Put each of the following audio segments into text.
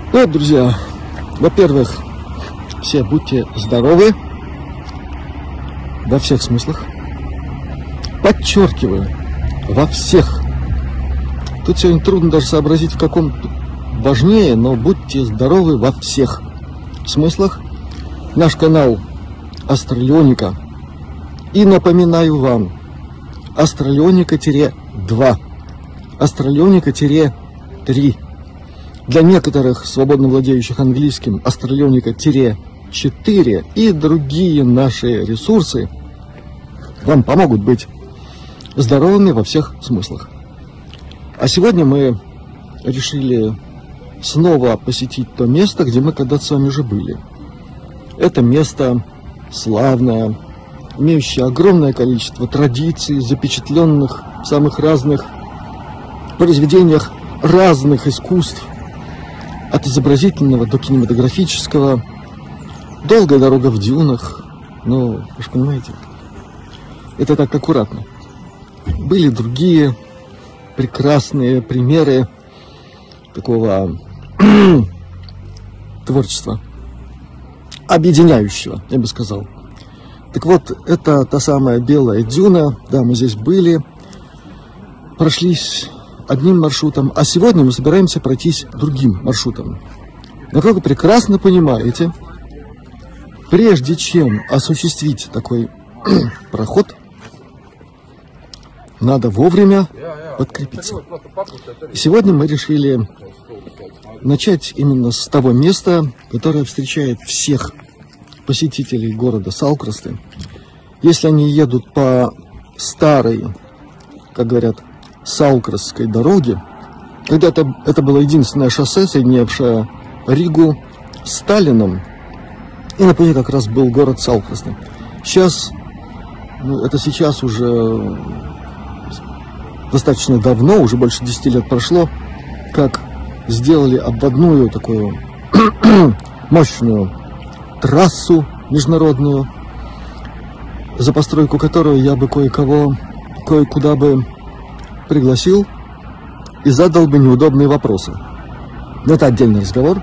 Ну, друзья, во-первых, все будьте здоровы во всех смыслах. Подчеркиваю, во всех. Тут сегодня трудно даже сообразить, в каком важнее, но будьте здоровы во всех смыслах. Наш канал Астралионика. И напоминаю вам, Астралионика-2, Астралионика-3. Для некоторых, свободно владеющих английским, Астралионика-4 и другие наши ресурсы вам помогут быть здоровыми во всех смыслах. А сегодня мы решили снова посетить то место, где мы когда-то с вами уже были. Это место славное, имеющее огромное количество традиций, запечатленных в самых разных произведениях разных искусств, от изобразительного до кинематографического. Долгая дорога в дюнах. Ну, вы же понимаете, это так аккуратно. Были другие прекрасные примеры такого творчества, объединяющего, я бы сказал. Так вот, это та самая белая дюна. Да, мы здесь были, прошлись одним маршрутом, а сегодня мы собираемся пройтись другим маршрутом. Но, как вы прекрасно понимаете, прежде чем осуществить такой проход, надо вовремя подкрепиться. И сегодня мы решили начать именно с того места, которое встречает всех посетителей города Салкрасты. Если они едут по старой, как говорят, Салкрастской дороге, когда-то это было единственное шоссе, соединявшее Ригу с Таллином, и на пути как раз был город Салкрасты. Сейчас, это сейчас уже достаточно давно, уже больше 10 лет прошло, как сделали обводную такую мощную трассу международную, за постройку которой я бы кое-куда бы пригласил и задал бы неудобные вопросы. Но это отдельный разговор,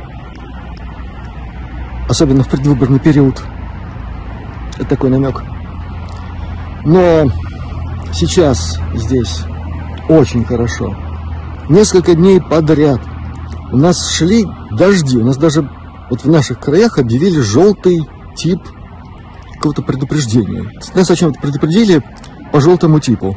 особенно в предвыборный период. Это такой намек. Но сейчас здесь очень хорошо. Несколько дней подряд у нас шли дожди. У нас даже вот в наших краях объявили желтый тип какого-то предупреждения. Нас о чем-то предупредили по желтому типу.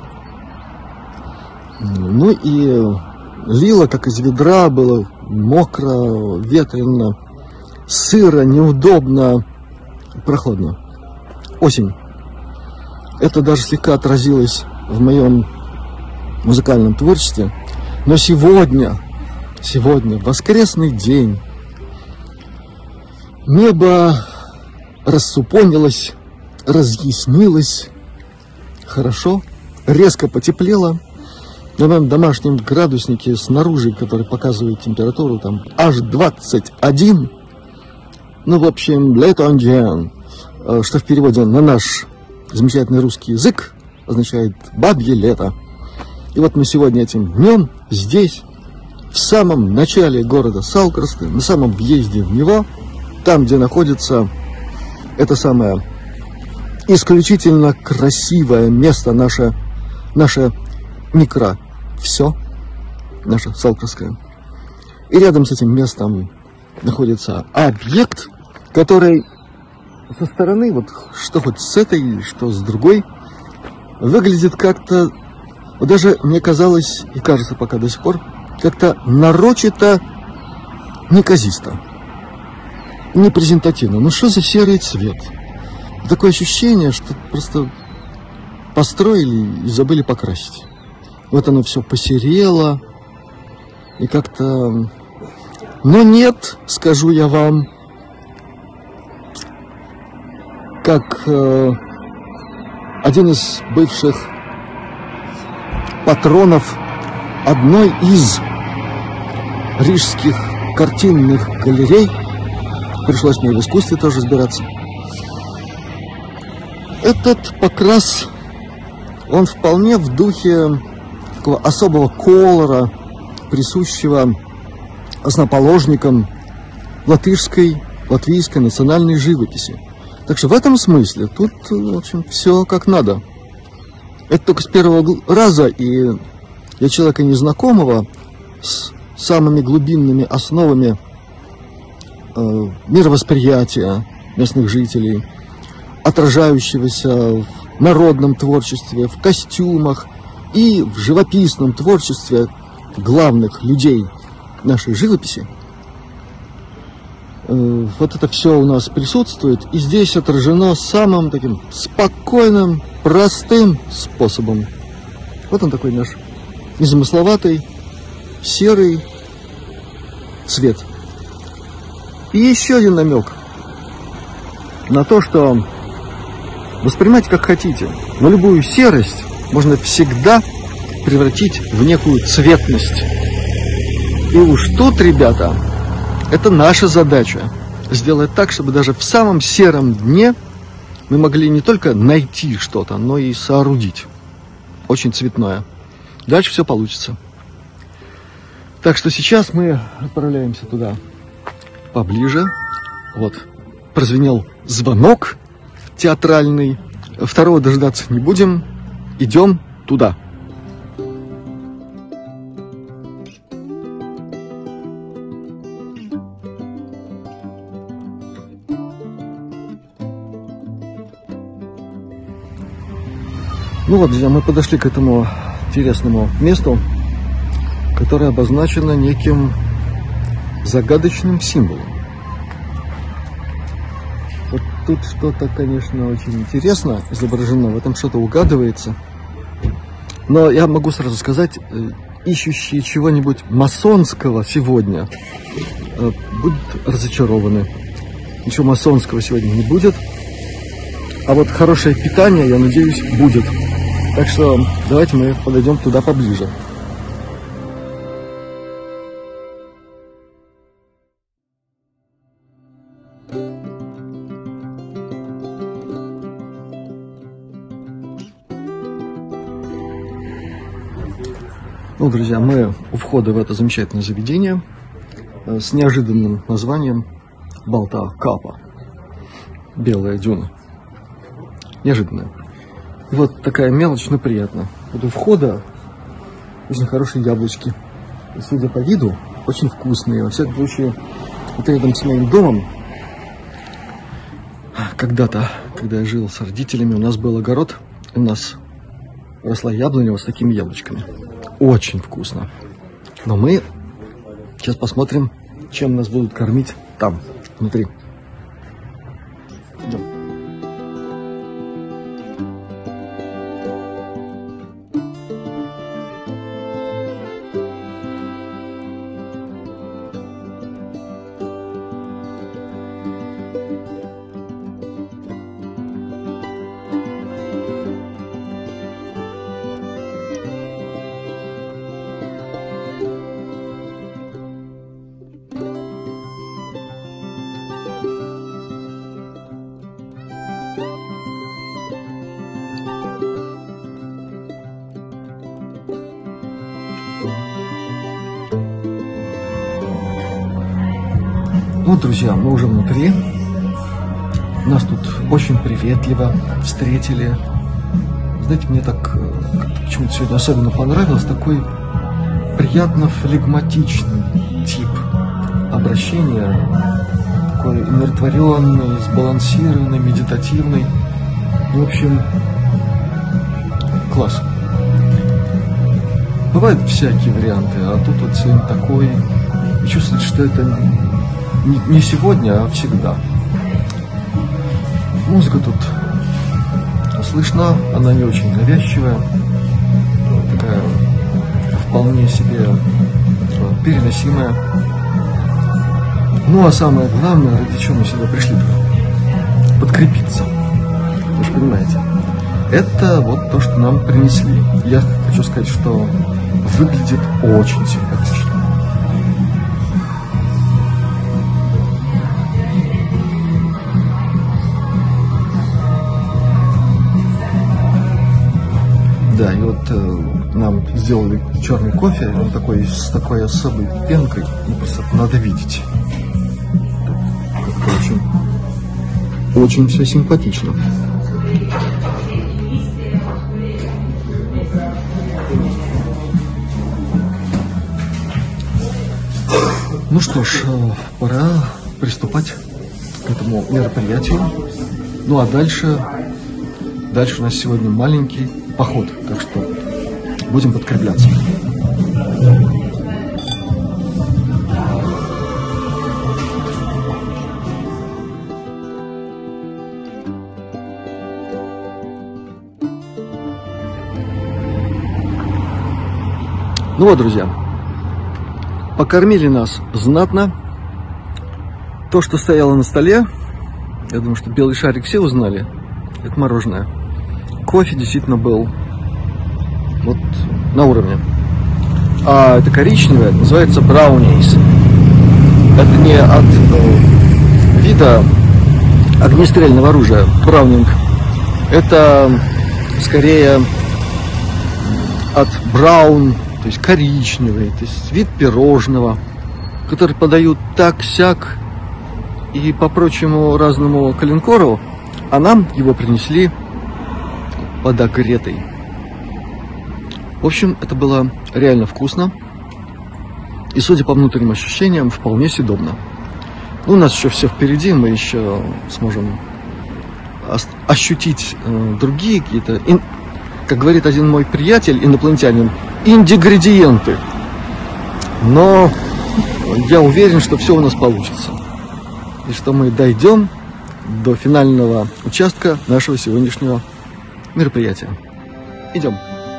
Ну и лило, как из ведра, было мокро, ветрено, сыро, неудобно, прохладно. Осень. Это даже слегка отразилось в моем музыкальном творчестве. Но сегодня, воскресный день, небо рассупонилось, разъяснилось, хорошо, резко потеплело. На моем домашнем градуснике снаружи, который показывает температуру, там аж 21. Ну, в общем, лето-индиан, что в переводе на наш замечательный русский язык означает бабье лето. И вот мы сегодня этим днем здесь, в самом начале города Салкрасты, на самом въезде в него, там, где находится это самое исключительно красивое место, наше микро. Все наше Салкрастское. И рядом с этим местом находится объект, который со стороны, вот что хоть с этой, что с другой, выглядит как-то, вот даже мне казалось, и кажется пока до сих пор, как-то нарочито неказисто, непрезентативно. Ну что за серый цвет? Такое ощущение, что просто построили и забыли покрасить. Вот оно все посерело и как-то... Но нет, скажу я вам, как один из бывших патронов одной из рижских картинных галерей, пришлось мне в искусстве тоже разбираться, этот покрас, он вполне в духе такого особого колора, присущего основоположником латышской, латвийской национальной живописи. Так что в этом смысле тут, в общем, все как надо. Это только с первого раза, и для человека незнакомого с самыми глубинными основами мировосприятия местных жителей, отражающегося в народном творчестве, в костюмах и в живописном творчестве главных людей нашей живописи. Вот это все у нас присутствует, и здесь отражено самым таким спокойным, простым способом. Вот он такой наш незамысловатый, серый цвет. И еще один намек на то, что воспринимайте как хотите, но любую серость можно всегда превратить в некую цветность. И уж тут, ребята, это наша задача сделать так, чтобы даже в самом сером дне мы могли не только найти что-то, но и соорудить. Очень цветное. Дальше все получится. Так что сейчас мы отправляемся туда поближе. Вот, прозвенел звонок театральный. Второго дождаться не будем. Идем туда. Ну вот, друзья, мы подошли к этому интересному месту, которое обозначено неким загадочным символом. Вот тут что-то, конечно, очень интересно изображено, в этом что-то угадывается. Но я могу сразу сказать, ищущие чего-нибудь масонского сегодня будут разочарованы. Ничего масонского сегодня не будет. А вот хорошее питание, я надеюсь, будет. Так что давайте мы подойдем туда поближе. Ну, друзья, мы у входа в это замечательное заведение с неожиданным названием Балта-Капа. Белая дюна. Неожиданная. И вот такая мелочь, но приятно. Вот у входа очень хорошие яблочки. И, судя по виду, очень вкусные. Во всяком случае, вот рядом с моим домом, когда-то, когда я жил с родителями, у нас был огород, у нас росла яблоня вот с такими яблочками. Очень вкусно. Но мы сейчас посмотрим, чем нас будут кормить там, внутри. Идем. Ну, друзья, мы уже внутри. Нас тут очень приветливо встретили. Знаете, мне так почему-то сегодня особенно понравилось такой приятно флегматичный тип обращения. Такой умиротворенный, сбалансированный, медитативный. В общем, класс. Бывают всякие варианты, а тут вот сегодня такой. И чувствуется, что это не сегодня, а всегда. Музыка тут слышна, она не очень навязчивая, такая вполне себе переносимая. Ну а самое главное, ради чего мы сюда пришли, подкрепиться. Вы же понимаете, это вот то, что нам принесли. Я хочу сказать, что выглядит очень симпатично. Да, и вот нам сделали черный кофе, он такой с такой особой пенкой, ну, просто надо видеть. Как-то очень все симпатично. Ну что ж, пора приступать к этому мероприятию. Ну а дальше у нас сегодня маленький поход, так что будем подкрепляться. Ну вот, друзья, покормили нас знатно. То, что стояло на столе, я думаю, что белый шарик все узнали, это мороженое. Кофе действительно был вот на уровне. А это коричневое, называется брауниз. Это не от вида огнестрельного оружия, браунинг. Это скорее от браун, то есть коричневый, то есть вид пирожного, который подают так-сяк и по прочему разному калинкору, а нам его принесли подогретой. В общем, это было реально вкусно и, судя по внутренним ощущениям, вполне съедобно. Ну, у нас еще все впереди, мы еще сможем ощутить другие какие-то, как говорит один мой приятель, инопланетянин, ингредиенты. Но я уверен, что все у нас получится. И что мы дойдем до финального участка нашего сегодняшнего мероприятия. Идем.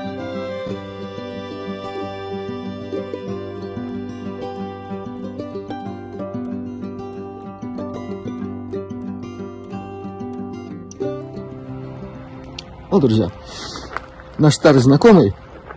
Вот, друзья, наш старый знакомый,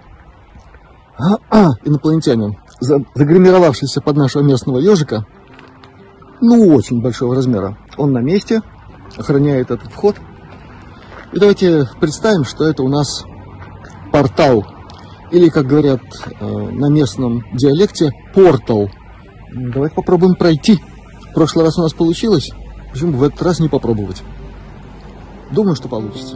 инопланетянин, загримировавшийся под нашего местного ежика, ну, очень большого размера, он на месте, охраняет этот вход. И давайте представим, что это у нас портал, или, как говорят на местном диалекте, портал. Давайте попробуем пройти. В прошлый раз у нас получилось, почему бы в этот раз не попробовать? Думаю, что получится.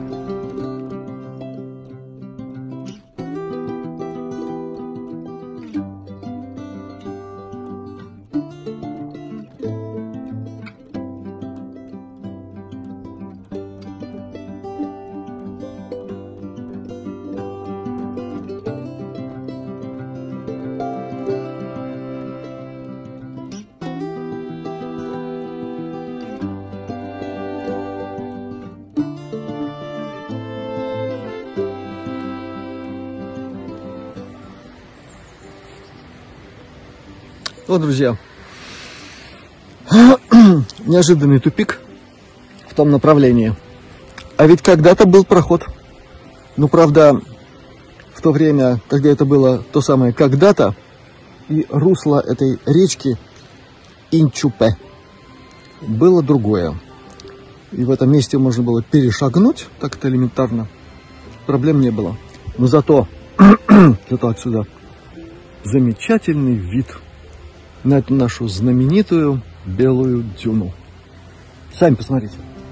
Вот, друзья, неожиданный тупик в том направлении. А ведь когда-то был проход. Ну, правда, в то время, когда это было то самое когда-то, и русло этой речки Инчупе было другое. И в этом месте можно было перешагнуть так-то элементарно. Проблем не было. Но зато отсюда замечательный вид на эту нашу знаменитую белую дюну. Сами посмотрите.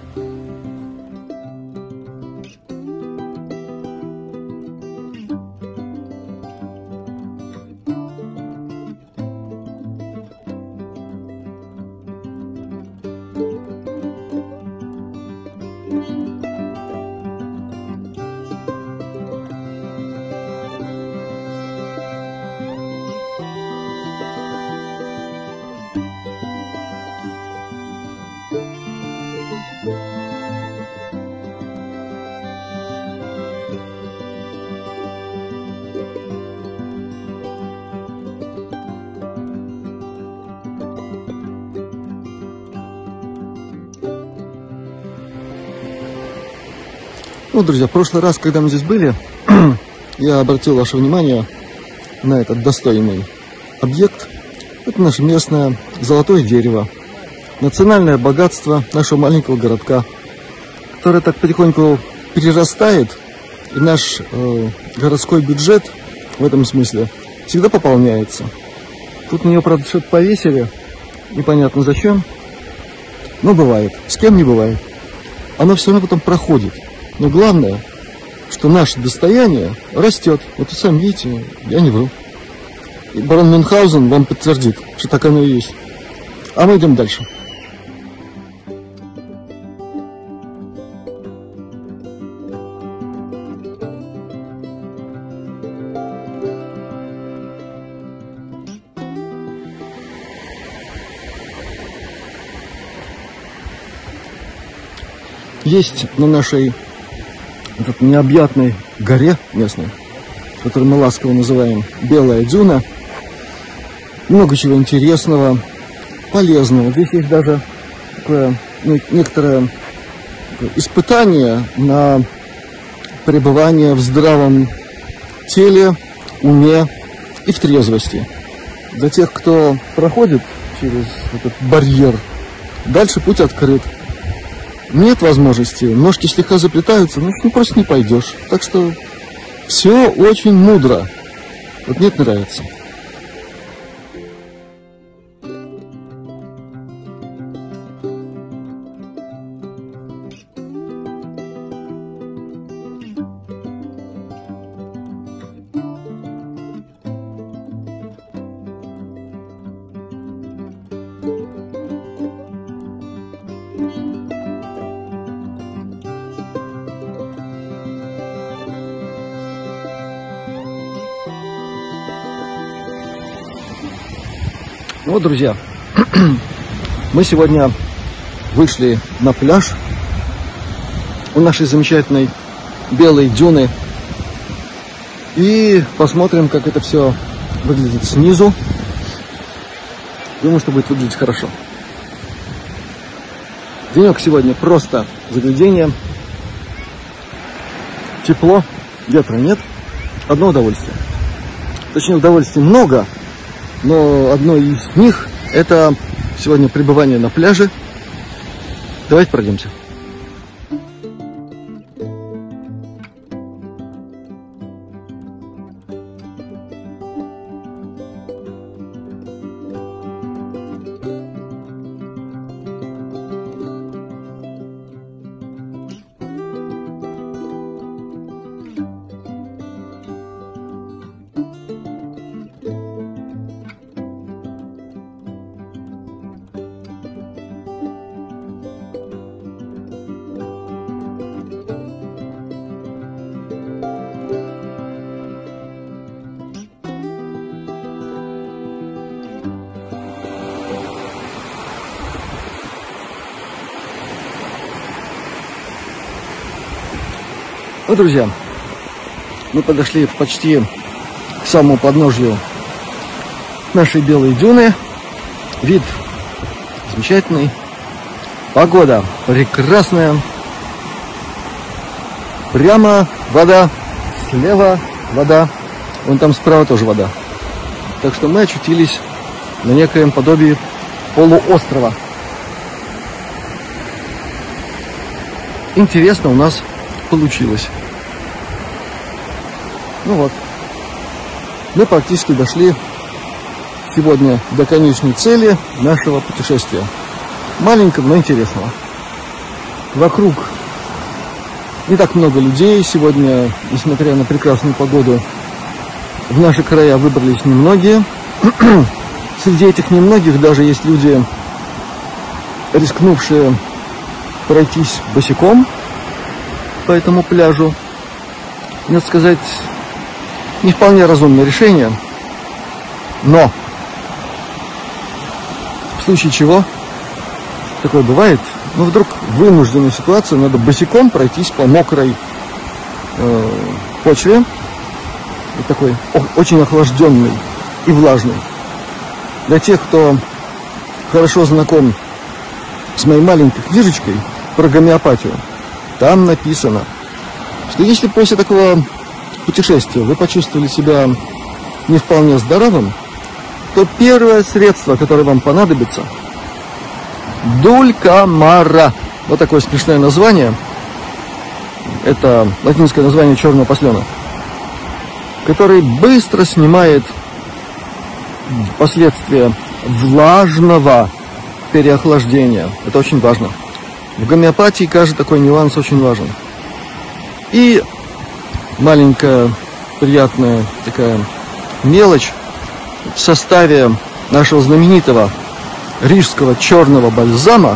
Ну, друзья, в прошлый раз, когда мы здесь были, я обратил ваше внимание на этот достойный объект. Это наше местное золотое дерево, национальное богатство нашего маленького городка, которое так потихоньку перерастает И наш городской бюджет в этом смысле всегда пополняется. Тут на нее, правда, что-то повесили. Непонятно зачем. Но бывает. С кем не бывает. Оно все равно потом проходит. Но главное, что наше достояние растет. Вот вы сами видите, я не вру. И барон Мюнхгаузен вам подтвердит, что так оно и есть. А мы идем дальше. Есть на нашей необъятной горе местной, которую мы ласково называем Белая Дюна, много чего интересного, полезного. Здесь есть даже такое, некоторое испытание на пребывание в здравом теле, уме и в трезвости. Для тех, кто проходит через этот барьер, дальше путь открыт. Нет возможности, ножки слегка заплетаются, ну просто не пойдешь. Так что все очень мудро. Вот мне это нравится. Ну вот, друзья, мы сегодня вышли на пляж у нашей замечательной Белой Дюны и посмотрим, как это все выглядит снизу. Думаю, что будет выглядеть хорошо. Денек сегодня просто загляденье. Тепло, ветра нет. Одно удовольствие. Точнее, удовольствий много. Но одно из них – это сегодня пребывание на пляже. Давайте пройдемся. Ну, друзья, мы подошли почти к самому подножью нашей Белой Дюны. Вид замечательный. Погода прекрасная. Прямо вода, слева вода. Вон там справа тоже вода. Так что мы очутились на некоем подобии полуострова. Интересно у нас получилось. Ну вот, мы практически дошли сегодня до конечной цели нашего путешествия. Маленького, но интересного. Вокруг не так много людей. Сегодня, несмотря на прекрасную погоду, в наши края выбрались немногие. Среди этих немногих даже есть люди, рискнувшие пройтись босиком по этому пляжу. Надо сказать, не вполне разумное решение, но в случае чего, такое бывает, ну вдруг вынужденная ситуация, надо босиком пройтись по мокрой почве, вот такой очень охлажденной и влажной. Для тех, кто хорошо знаком с моей маленькой книжечкой про гомеопатию, там написано, что если после такого путешествия вы почувствовали себя не вполне здоровым, то первое средство, которое вам понадобится, дулькамара. Вот такое смешное название. это латинское название черного послена, который быстро снимает последствия влажного переохлаждения. Это очень важно. В гомеопатии каждый такой нюанс очень важен. И маленькая приятная такая мелочь: в составе нашего знаменитого рижского черного бальзама,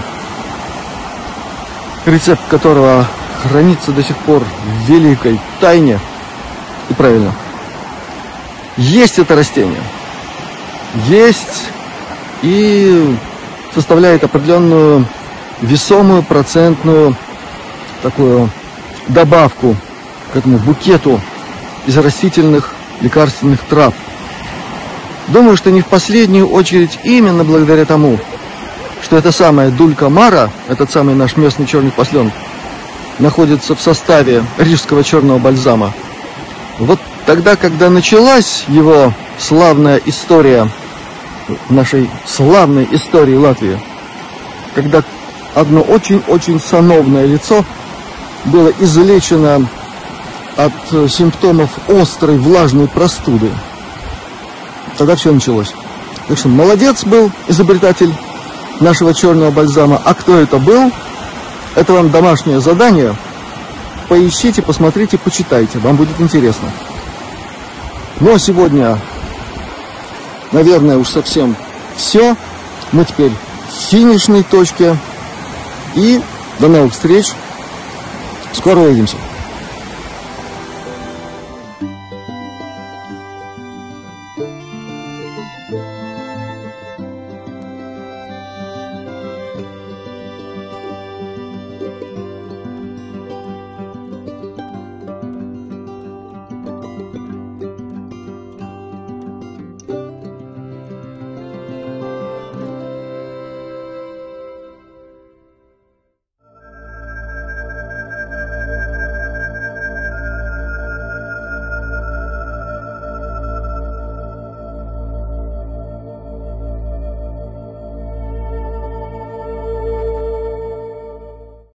рецепт которого хранится до сих пор в великой тайне, и правильно, есть это растение, есть и составляет определенную весомую процентную такую добавку к этому букету из растительных лекарственных трав. Думаю, что не в последнюю очередь именно благодаря тому, что эта самая дулька мара, этот самый наш местный черный послен, находится в составе рижского черного бальзама. Вот тогда, когда началась его славная история, нашей славной истории Латвии, когда одно очень-очень сановное лицо было излечено от симптомов острой влажной простуды, тогда все началось. Так что молодец был изобретатель нашего черного бальзама. А кто это был? Это вам домашнее задание. Поищите, посмотрите, почитайте. Вам будет интересно. Ну а сегодня, наверное, уж совсем все. Мы теперь в финишной точке. И до новых встреч. Скоро увидимся.